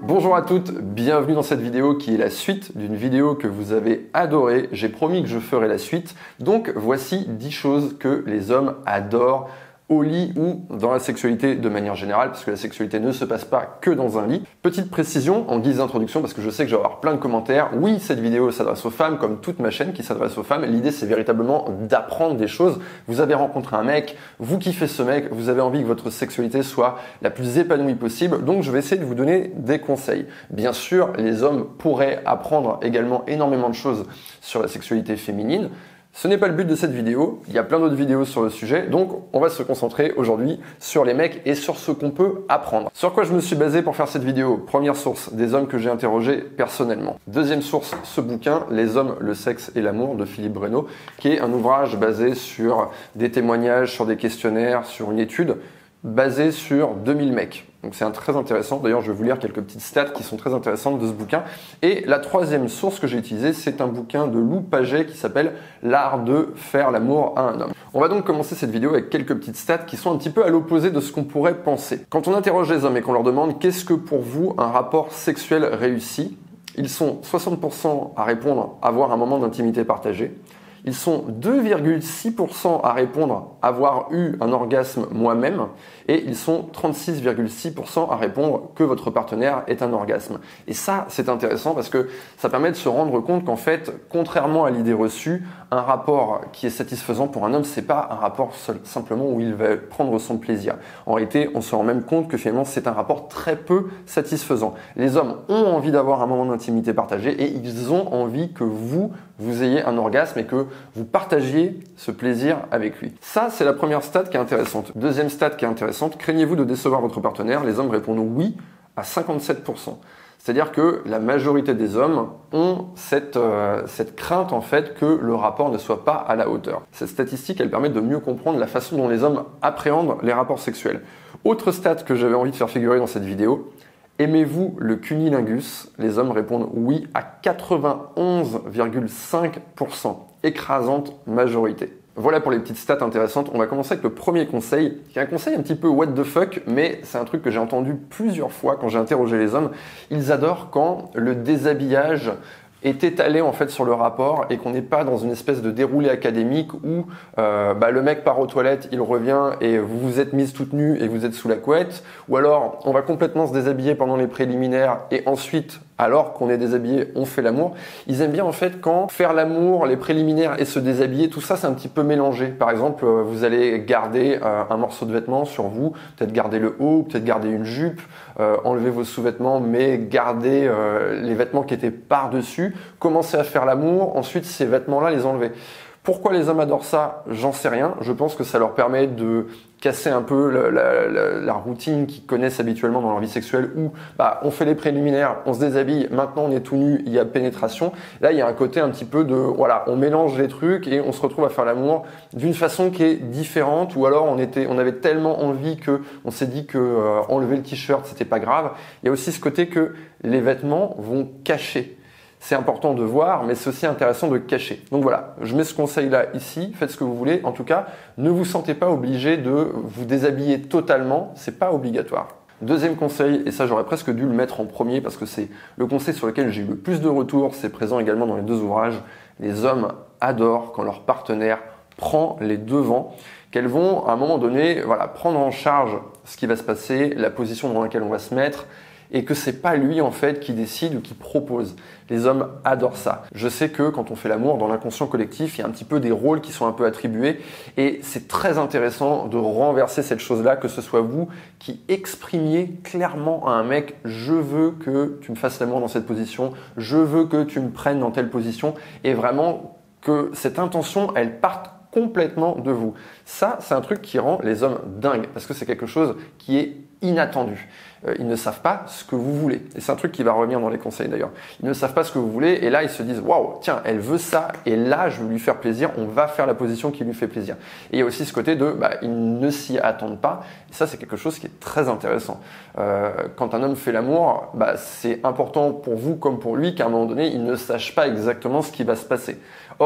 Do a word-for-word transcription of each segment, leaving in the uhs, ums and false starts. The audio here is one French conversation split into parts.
Bonjour à toutes, bienvenue dans cette vidéo qui est la suite d'une vidéo que vous avez adorée. J'ai promis que je ferai la suite, donc voici dix choses que les hommes adorent au lit ou dans la sexualité de manière générale, parce que la sexualité ne se passe pas que dans un lit. Petite précision en guise d'introduction, parce que je sais que je vais avoir plein de commentaires. Oui, cette vidéo s'adresse aux femmes, comme toute ma chaîne qui s'adresse aux femmes. L'idée, c'est véritablement d'apprendre des choses. Vous avez rencontré un mec, vous kiffez ce mec, vous avez envie que votre sexualité soit la plus épanouie possible, donc je vais essayer de vous donner des conseils. Bien sûr, les hommes pourraient apprendre également énormément de choses sur la sexualité féminine. Ce n'est pas le but de cette vidéo, il y a plein d'autres vidéos sur le sujet, donc on va se concentrer aujourd'hui sur les mecs et sur ce qu'on peut apprendre. Sur quoi je me suis basé pour faire cette vidéo? Première source, des hommes que j'ai interrogés personnellement. Deuxième source, ce bouquin, Les hommes, le sexe et l'amour de Philippe Breno, qui est un ouvrage basé sur des témoignages, sur des questionnaires, sur une étude basée sur deux mille mecs. Donc c'est un très intéressant. D'ailleurs, je vais vous lire quelques petites stats qui sont très intéressantes de ce bouquin. Et la troisième source que j'ai utilisée, c'est un bouquin de Lou Paget qui s'appelle L'art de faire l'amour à un homme. On va donc commencer cette vidéo avec quelques petites stats qui sont un petit peu à l'opposé de ce qu'on pourrait penser. Quand on interroge les hommes et qu'on leur demande qu'est-ce que pour vous un rapport sexuel réussi, ils sont soixante pour cent à répondre avoir un moment d'intimité partagé. Ils sont deux virgule six pour cent à répondre avoir eu un orgasme moi-même et ils sont trente-six virgule six pour cent à répondre que votre partenaire est un orgasme. Et ça, c'est intéressant parce que ça permet de se rendre compte qu'en fait, contrairement à l'idée reçue, un rapport qui est satisfaisant pour un homme, c'est pas un rapport seul, simplement où il va prendre son plaisir. En réalité, on se rend même compte que finalement, c'est un rapport très peu satisfaisant. Les hommes ont envie d'avoir un moment d'intimité partagé et ils ont envie que vous, vous ayez un orgasme et que vous partagiez ce plaisir avec lui. Ça, c'est la première stat qui est intéressante. Deuxième stat qui est intéressante, craignez-vous de décevoir votre partenaire? Les hommes répondent oui à cinquante-sept pour cent. C'est-à-dire que la majorité des hommes ont cette, euh, cette crainte en fait que le rapport ne soit pas à la hauteur. Cette statistique, elle permet de mieux comprendre la façon dont les hommes appréhendent les rapports sexuels. Autre stat que j'avais envie de faire figurer dans cette vidéo, aimez-vous le cunnilingus? Les hommes répondent oui à quatre-vingt-onze virgule cinq pour cent, écrasante majorité. Voilà pour les petites stats intéressantes. On va commencer avec le premier conseil, qui est un conseil un petit peu what the fuck, mais c'est un truc que j'ai entendu plusieurs fois quand j'ai interrogé les hommes. Ils adorent quand le déshabillage est étalé en fait sur le rapport et qu'on n'est pas dans une espèce de déroulé académique où euh, bah, le mec part aux toilettes, il revient et vous vous êtes mise toute nue et vous êtes sous la couette, ou alors on va complètement se déshabiller pendant les préliminaires et ensuite alors qu'on est déshabillé, on fait l'amour. Ils aiment bien en fait quand faire l'amour, les préliminaires et se déshabiller, tout ça c'est un petit peu mélangé. Par exemple, vous allez garder euh, un morceau de vêtement sur vous, peut-être garder le haut, peut-être garder une jupe, euh, enlever vos sous-vêtements, mais garder euh, les vêtements qui étaient par-dessus, commencer à faire l'amour, ensuite ces vêtements-là les enlever. Pourquoi les hommes adorent ça? J'en sais rien. Je pense que ça leur permet de casser un peu la, la, la, la routine qu'ils connaissent habituellement dans leur vie sexuelle où bah, on fait les préliminaires, on se déshabille, maintenant on est tout nu, il y a pénétration. Là, il y a un côté un petit peu de, voilà, on mélange les trucs et on se retrouve à faire l'amour d'une façon qui est différente ou alors on, était, on avait tellement envie que on s'est dit que euh, enlever le t-shirt, c'était pas grave. Il y a aussi ce côté que les vêtements vont cacher. C'est important de voir, mais c'est aussi intéressant de cacher. Donc voilà, je mets ce conseil-là ici, faites ce que vous voulez. En tout cas, ne vous sentez pas obligé de vous déshabiller totalement, c'est pas obligatoire. Deuxième conseil, et ça j'aurais presque dû le mettre en premier parce que c'est le conseil sur lequel j'ai eu le plus de retours, c'est présent également dans les deux ouvrages. Les hommes adorent quand leur partenaire prend les devants, qu'elles vont à un moment donné voilà, prendre en charge ce qui va se passer, la position dans laquelle on va se mettre, et que c'est pas lui en fait qui décide ou qui propose. Les hommes adorent ça. Je sais que quand on fait l'amour dans l'inconscient collectif, il y a un petit peu des rôles qui sont un peu attribués et c'est très intéressant de renverser cette chose-là, que ce soit vous qui exprimiez clairement à un mec « je veux que tu me fasses l'amour dans cette position, je veux que tu me prennes dans telle position » et vraiment que cette intention, elle parte complètement de vous. Ça, c'est un truc qui rend les hommes dingues parce que c'est quelque chose qui est inattendu. Euh, ils ne savent pas ce que vous voulez. Et c'est un truc qui va revenir dans les conseils d'ailleurs. Ils ne savent pas ce que vous voulez et là ils se disent waouh, tiens, elle veut ça et là je veux lui faire plaisir, on va faire la position qui lui fait plaisir. Et il y a aussi ce côté de bah, ils ne s'y attendent pas. Et ça c'est quelque chose qui est très intéressant. Euh, quand un homme fait l'amour, bah, c'est important pour vous comme pour lui qu'à un moment donné il ne sache pas exactement ce qui va se passer. Or,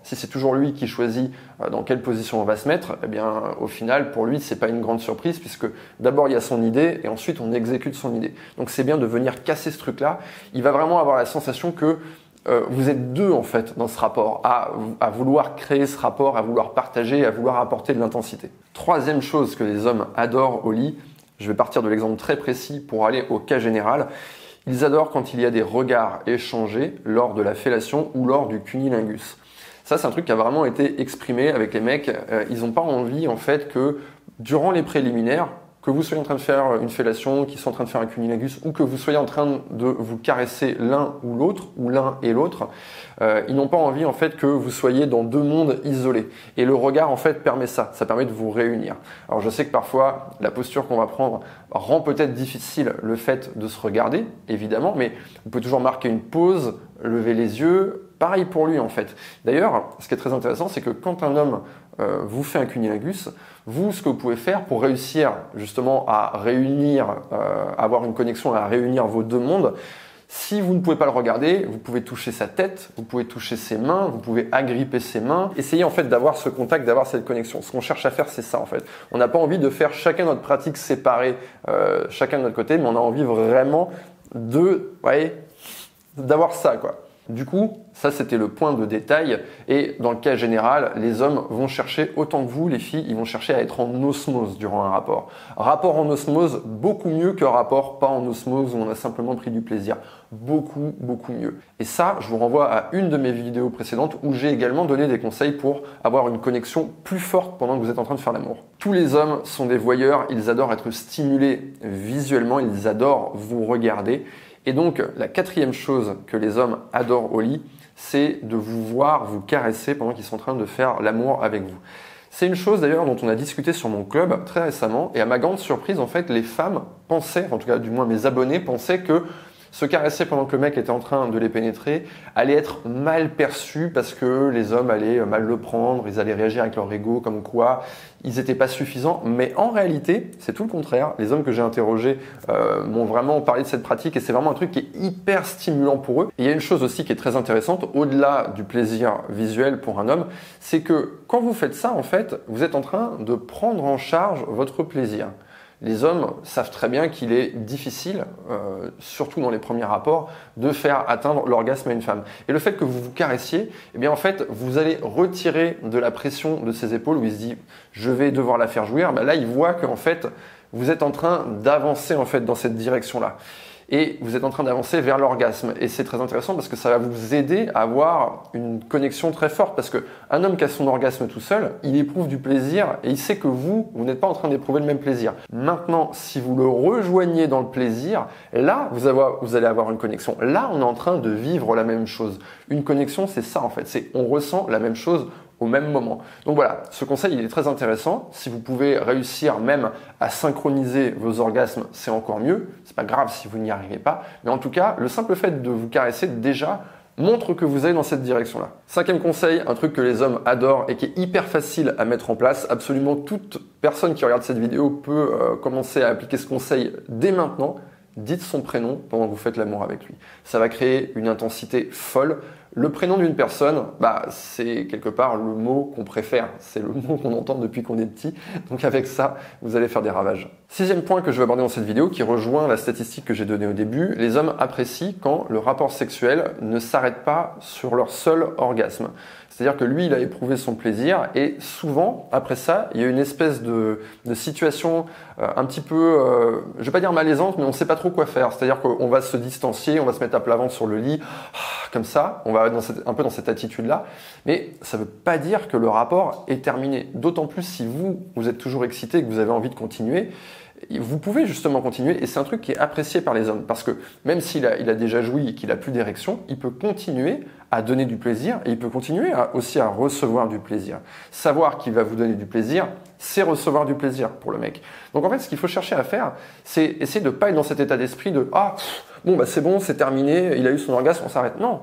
si c'est toujours lui qui choisit dans quelle position on va se mettre, eh bien, au final, pour lui, c'est pas une grande surprise puisque d'abord il y a son idée et ensuite on exécute son idée. Donc c'est bien de venir casser ce truc-là. Il va vraiment avoir la sensation que euh, vous êtes deux en fait dans ce rapport, à, à vouloir créer ce rapport, à vouloir partager, à vouloir apporter de l'intensité. Troisième chose que les hommes adorent au lit, je vais partir de l'exemple très précis pour aller au cas général. Ils adorent quand il y a des regards échangés lors de la fellation ou lors du cunnilingus. Ça, c'est un truc qui a vraiment été exprimé avec les mecs. Euh, ils n'ont pas envie, en fait, que durant les préliminaires, que vous soyez en train de faire une fellation, qu'ils soient en train de faire un cunnilingus, ou que vous soyez en train de vous caresser l'un ou l'autre, ou l'un et l'autre, euh, ils n'ont pas envie, en fait, que vous soyez dans deux mondes isolés. Et le regard, en fait, permet ça. Ça permet de vous réunir. Alors, je sais que parfois, la posture qu'on va prendre rend peut-être difficile le fait de se regarder, évidemment, mais vous pouvez toujours marquer une pause, lever les yeux. Pareil pour lui, en fait. D'ailleurs, ce qui est très intéressant, c'est que quand un homme euh, vous fait un cunnilingus, vous, ce que vous pouvez faire pour réussir justement à réunir, euh, avoir une connexion, à réunir vos deux mondes, si vous ne pouvez pas le regarder, vous pouvez toucher sa tête, vous pouvez toucher ses mains, vous pouvez agripper ses mains. Essayez en fait d'avoir ce contact, d'avoir cette connexion. Ce qu'on cherche à faire, c'est ça en fait. On n'a pas envie de faire chacun notre pratique séparée, euh, chacun de notre côté, mais on a envie vraiment de, ouais, d'avoir ça quoi. Du coup, ça c'était le point de détail et dans le cas général, les hommes vont chercher autant que vous, les filles, ils vont chercher à être en osmose durant un rapport. Rapport en osmose, beaucoup mieux que rapport pas en osmose où on a simplement pris du plaisir. Beaucoup, beaucoup mieux. Et ça, je vous renvoie à une de mes vidéos précédentes où j'ai également donné des conseils pour avoir une connexion plus forte pendant que vous êtes en train de faire l'amour. Tous les hommes sont des voyeurs, ils adorent être stimulés visuellement, ils adorent vous regarder. Et donc, la quatrième chose que les hommes adorent au lit, c'est de vous voir vous caresser pendant qu'ils sont en train de faire l'amour avec vous. C'est une chose d'ailleurs dont on a discuté sur mon club très récemment et à ma grande surprise, en fait, les femmes pensaient, en tout cas du moins mes abonnés, pensaient que se caresser pendant que le mec était en train de les pénétrer allait être mal perçu parce que les hommes allaient mal le prendre, ils allaient réagir avec leur ego comme quoi ils n'étaient pas suffisants. Mais en réalité, c'est tout le contraire. Les hommes que j'ai interrogés euh, m'ont vraiment parlé de cette pratique et c'est vraiment un truc qui est hyper stimulant pour eux. Et il y a une chose aussi qui est très intéressante, au-delà du plaisir visuel pour un homme, c'est que quand vous faites ça, en fait, vous êtes en train de prendre en charge votre plaisir. Les hommes savent très bien qu'il est difficile, euh, surtout dans les premiers rapports, de faire atteindre l'orgasme à une femme. Et le fait que vous vous caressiez, eh bien en fait, vous allez retirer de la pression de ses épaules où il se dit « je vais devoir la faire jouir ». Ben là, il voit qu'en fait, vous êtes en train d'avancer en fait dans cette direction-là. Et vous êtes en train d'avancer vers l'orgasme. Et c'est très intéressant parce que ça va vous aider à avoir une connexion très forte. Parce qu'un homme qui a son orgasme tout seul, il éprouve du plaisir et il sait que vous, vous n'êtes pas en train d'éprouver le même plaisir. Maintenant, si vous le rejoignez dans le plaisir, là, vous, avoir, vous allez avoir une connexion. Là, on est en train de vivre la même chose. Une connexion, c'est ça en fait. C'est on ressent la même chose au même moment. Donc voilà, ce conseil il est très intéressant. Si vous pouvez réussir même à synchroniser vos orgasmes, c'est encore mieux. C'est pas grave si vous n'y arrivez pas, mais en tout cas, le simple fait de vous caresser déjà montre que vous allez dans cette direction-là. Cinquième conseil, un truc que les hommes adorent et qui est hyper facile à mettre en place. Absolument toute personne qui regarde cette vidéo peut euh, commencer à appliquer ce conseil dès maintenant. Dites son prénom pendant que vous faites l'amour avec lui. Ça va créer une intensité folle. Le prénom d'une personne, bah, c'est quelque part le mot qu'on préfère. C'est le mot qu'on entend depuis qu'on est petit. Donc avec ça, vous allez faire des ravages. Sixième point que je vais aborder dans cette vidéo, qui rejoint la statistique que j'ai donnée au début. Les hommes apprécient quand le rapport sexuel ne s'arrête pas sur leur seul orgasme. C'est-à-dire que lui, il a éprouvé son plaisir et souvent, après ça, il y a une espèce de, de situation euh, un petit peu, euh, je vais pas dire malaisante, mais on sait pas trop quoi faire. C'est-à-dire qu'on va se distancier, on va se mettre à plat ventre sur le lit, comme ça, on va être dans cette, un peu dans cette attitude-là. Mais ça veut pas dire que le rapport est terminé. D'autant plus si vous, vous êtes toujours excité et que vous avez envie de continuer. Vous pouvez justement continuer et c'est un truc qui est apprécié par les hommes parce que même s'il a, il a déjà joui et qu'il a plus d'érection, il peut continuer à donner du plaisir et il peut continuer à, aussi à recevoir du plaisir. Savoir qu'il va vous donner du plaisir, c'est recevoir du plaisir pour le mec. Donc en fait, ce qu'il faut chercher à faire, c'est essayer de ne pas être dans cet état d'esprit de « Ah, pff, bon, bah c'est bon, c'est terminé, il a eu son orgasme, on s'arrête. » Non,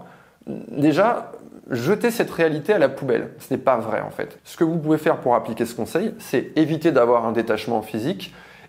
déjà, jetez cette réalité à la poubelle. Ce n'est pas vrai en fait. Ce que vous pouvez faire pour appliquer ce conseil, c'est éviter d'avoir un détachement physique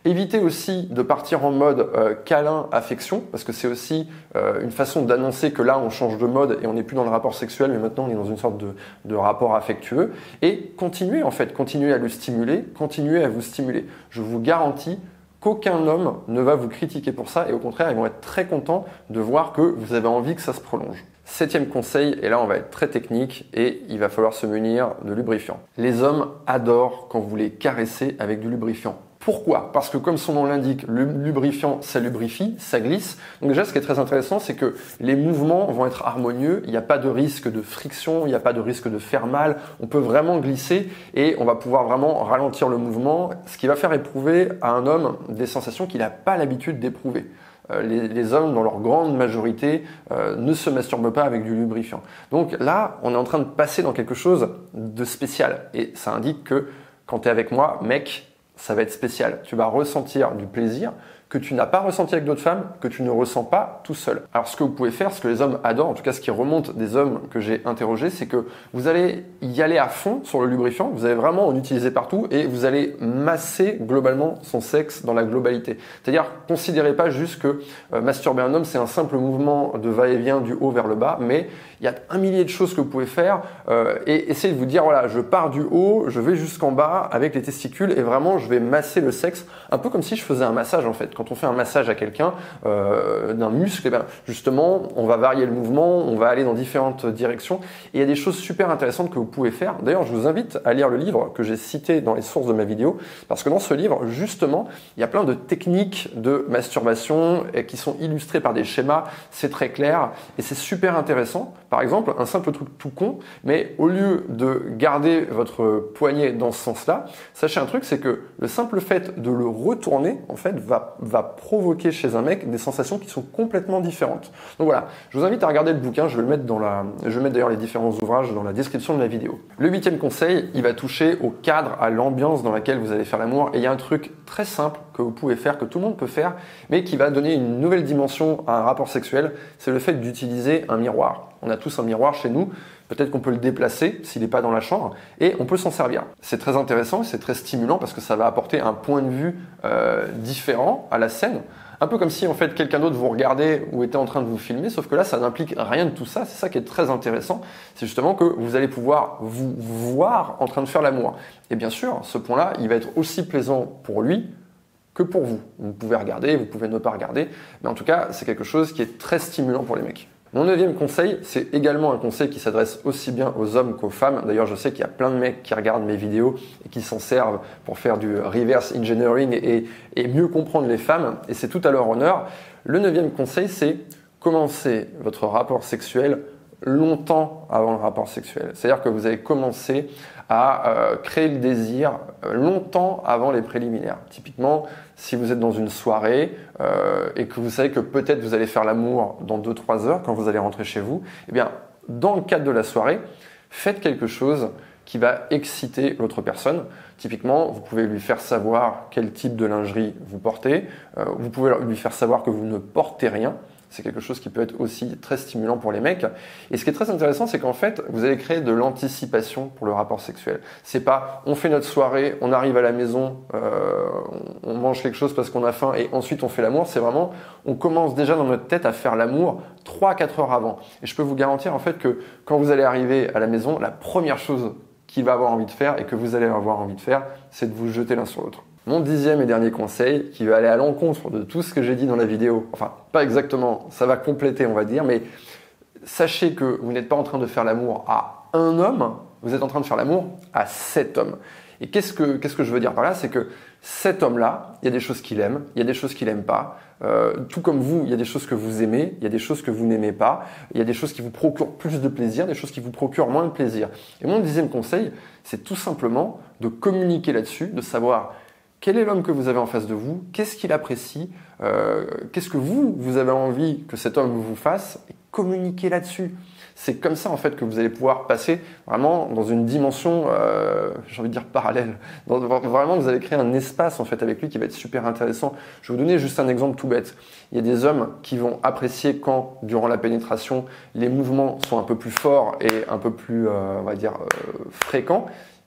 Évitez aussi de partir en mode euh, câlin, affection, parce que c'est aussi euh, une façon d'annoncer que là on change de mode et on n'est plus dans le rapport sexuel, mais maintenant on est dans une sorte de, de rapport affectueux. Et continuez en fait, continuez à le stimuler, continuez à vous stimuler. Je vous garantis qu'aucun homme ne va vous critiquer pour ça et au contraire, ils vont être très contents de voir que vous avez envie que ça se prolonge. Septième conseil, et là on va être très technique et il va falloir se munir de lubrifiant. Les hommes adorent quand vous les caressez avec du lubrifiant. Pourquoi? Parce que comme son nom l'indique, le lubrifiant, ça lubrifie, ça glisse. Donc déjà, ce qui est très intéressant, c'est que les mouvements vont être harmonieux. Il n'y a pas de risque de friction, il n'y a pas de risque de faire mal. On peut vraiment glisser et on va pouvoir vraiment ralentir le mouvement, ce qui va faire éprouver à un homme des sensations qu'il n'a pas l'habitude d'éprouver. Les, les hommes, dans leur grande majorité, euh, ne se masturbent pas avec du lubrifiant. Donc là, on est en train de passer dans quelque chose de spécial. Et ça indique que quand tu es avec moi, mec, ça va être spécial. Tu vas ressentir du plaisir que tu n'as pas ressenti avec d'autres femmes, que tu ne ressens pas tout seul. Alors ce que vous pouvez faire, ce que les hommes adorent, en tout cas ce qui remonte des hommes que j'ai interrogés, c'est que vous allez y aller à fond sur le lubrifiant, vous allez vraiment en utiliser partout et vous allez masser globalement son sexe dans la globalité. C'est-à-dire, considérez pas juste que euh, masturber un homme, c'est un simple mouvement de va-et-vient du haut vers le bas, mais il y a un millier de choses que vous pouvez faire euh, et essayez de vous dire, voilà, je pars du haut, je vais jusqu'en bas avec les testicules et vraiment je vais masser le sexe, un peu comme si je faisais un massage en fait. Quand on fait un massage à quelqu'un euh, d'un muscle, eh ben, justement, on va varier le mouvement, on va aller dans différentes directions. Et il y a des choses super intéressantes que vous pouvez faire. D'ailleurs, je vous invite à lire le livre que j'ai cité dans les sources de ma vidéo, parce que dans ce livre, justement, il y a plein de techniques de masturbation qui sont illustrées par des schémas. C'est très clair et c'est super intéressant. Par exemple, un simple truc tout con, mais au lieu de garder votre poignet dans ce sens-là, sachez un truc, c'est que le simple fait de le retourner, en fait, va va provoquer chez un mec des sensations qui sont complètement différentes. Donc voilà, je vous invite à regarder le bouquin, je vais le mettre dans la, je vais mettre d'ailleurs les différents ouvrages dans la description de la vidéo. Le huitième conseil, il va toucher au cadre, à l'ambiance dans laquelle vous allez faire l'amour. Et il y a un truc très simple que vous pouvez faire, que tout le monde peut faire, mais qui va donner une nouvelle dimension à un rapport sexuel, c'est le fait d'utiliser un miroir. On a tous un miroir chez nous. Peut-être qu'on peut le déplacer s'il n'est pas dans la chambre et on peut s'en servir. C'est très intéressant et c'est très stimulant parce que ça va apporter un point de vue euh, différent à la scène. Un peu comme si en fait quelqu'un d'autre vous regardait ou était en train de vous filmer, sauf que là ça n'implique rien de tout ça. C'est ça qui est très intéressant. C'est justement que vous allez pouvoir vous voir en train de faire l'amour. Et bien sûr, ce point-là, il va être aussi plaisant pour lui que pour vous. Vous pouvez regarder, vous pouvez ne pas regarder, mais en tout cas, c'est quelque chose qui est très stimulant pour les mecs. Mon neuvième conseil, c'est également un conseil qui s'adresse aussi bien aux hommes qu'aux femmes. D'ailleurs, je sais qu'il y a plein de mecs qui regardent mes vidéos et qui s'en servent pour faire du reverse engineering et, et mieux comprendre les femmes, et c'est tout à leur honneur. Le neuvième conseil, c'est commencer votre rapport sexuel longtemps avant le rapport sexuel. C'est-à-dire que vous allez commencer à euh, créer le désir longtemps avant les préliminaires. Typiquement, si vous êtes dans une soirée euh, et que vous savez que peut-être vous allez faire l'amour dans deux trois heures quand vous allez rentrer chez vous, eh bien, dans le cadre de la soirée, faites quelque chose qui va exciter l'autre personne. Typiquement, vous pouvez lui faire savoir quel type de lingerie vous portez, euh, vous pouvez lui faire savoir que vous ne portez rien. C'est quelque chose qui peut être aussi très stimulant pour les mecs. Et ce qui est très intéressant, c'est qu'en fait, vous allez créer de l'anticipation pour le rapport sexuel. C'est pas, on fait notre soirée, on arrive à la maison, euh, on mange quelque chose parce qu'on a faim et ensuite on fait l'amour. C'est vraiment, on commence déjà dans notre tête à faire l'amour trois à quatre heures avant. Et je peux vous garantir en fait que quand vous allez arriver à la maison, la première chose qu'il va avoir envie de faire et que vous allez avoir envie de faire, c'est de vous jeter l'un sur l'autre. Mon dixième et dernier conseil, qui va aller à l'encontre de tout ce que j'ai dit dans la vidéo, enfin pas exactement, ça va compléter on va dire, mais sachez que vous n'êtes pas en train de faire l'amour à un homme, vous êtes en train de faire l'amour à sept hommes. Et qu'est-ce que, qu'est-ce que je veux dire par là? C'est que cet homme-là, il y a des choses qu'il aime, il y a des choses qu'il n'aime pas. Euh, tout comme vous, il y a des choses que vous aimez, il y a des choses que vous n'aimez pas. Il y a des choses qui vous procurent plus de plaisir, des choses qui vous procurent moins de plaisir. Et mon dixième conseil, c'est tout simplement de communiquer là-dessus, de savoir quel est l'homme que vous avez en face de vous, qu'est-ce qu'il apprécie, euh, qu'est-ce que vous, vous avez envie que cet homme vous fasse, et communiquer là-dessus. C'est comme ça en fait que vous allez pouvoir passer vraiment dans une dimension, euh, j'ai envie de dire parallèle. Dans, vraiment, vous allez créer un espace en fait avec lui qui va être super intéressant. Je vais vous donner juste un exemple tout bête. Il y a des hommes qui vont apprécier quand, durant la pénétration, les mouvements sont un peu plus forts et un peu plus, euh, on va dire, euh, fréquents.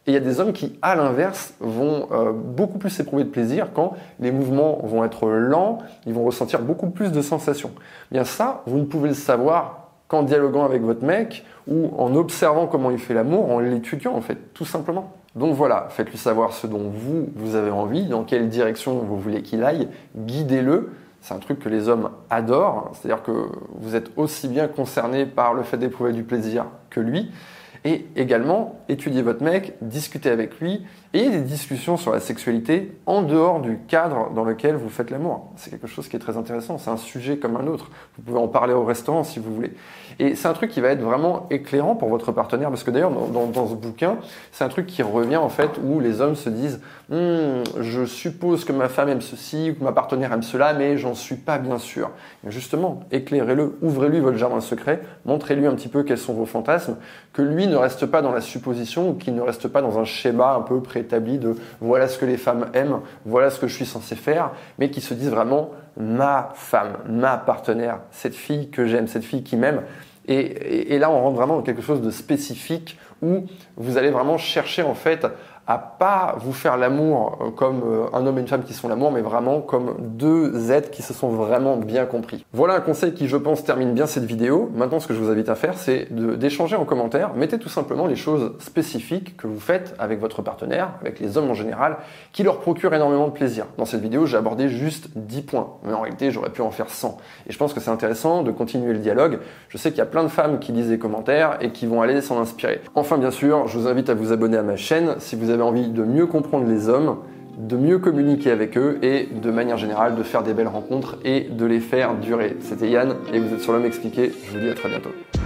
Et il y a des hommes qui, à l'inverse, vont euh, beaucoup plus éprouver de plaisir quand les mouvements vont être lents, ils vont ressentir beaucoup plus de sensations. Bien ça, vous ne pouvez le savoir qu'en dialoguant avec votre mec ou en observant comment il fait l'amour, en l'étudiant en fait, tout simplement. Donc voilà, faites-lui savoir ce dont vous, vous avez envie, dans quelle direction vous voulez qu'il aille, guidez-le. C'est un truc que les hommes adorent, c'est-à-dire que vous êtes aussi bien concerné par le fait d'éprouver du plaisir que lui. Et également, étudiez votre mec, discutez avec lui, ayez des discussions sur la sexualité en dehors du cadre dans lequel vous faites l'amour. C'est quelque chose qui est très intéressant, c'est un sujet comme un autre. Vous pouvez en parler au restaurant si vous voulez. Et c'est un truc qui va être vraiment éclairant pour votre partenaire, parce que d'ailleurs, dans, dans, dans ce bouquin, c'est un truc qui revient en fait où les hommes se disent hm, « je suppose que ma femme aime ceci ou que ma partenaire aime cela, mais j'en suis pas bien sûr ». Justement, éclairez-le, ouvrez-lui votre jardin secret, montrez-lui un petit peu quels sont vos fantasmes, que lui ne reste pas dans la supposition ou qu'il ne reste pas dans un schéma un peu préétabli de voilà ce que les femmes aiment, voilà ce que je suis censé faire, mais qu'il se dise vraiment ma femme, ma partenaire, cette fille que j'aime, cette fille qui m'aime. Et, et, et là, on rentre vraiment dans quelque chose de spécifique où vous allez vraiment chercher en fait à pas vous faire l'amour comme un homme et une femme qui se font l'amour, mais vraiment comme deux êtres qui se sont vraiment bien compris. Voilà un conseil qui, je pense, termine bien cette vidéo. Maintenant, ce que je vous invite à faire, c'est d'échanger en commentaire. Mettez tout simplement les choses spécifiques que vous faites avec votre partenaire, avec les hommes en général, qui leur procurent énormément de plaisir. Dans cette vidéo, j'ai abordé juste dix points, mais en réalité, j'aurais pu en faire cent. Et je pense que c'est intéressant de continuer le dialogue. Je sais qu'il y a plein de femmes qui lisent les commentaires et qui vont aller s'en inspirer. Enfin, bien sûr, je vous invite à vous abonner à ma chaîne si vous avez envie de mieux comprendre les hommes, de mieux communiquer avec eux et de manière générale de faire des belles rencontres et de les faire durer. C'était Yann et vous êtes sur l'Homme Expliqué. Je vous dis à très bientôt.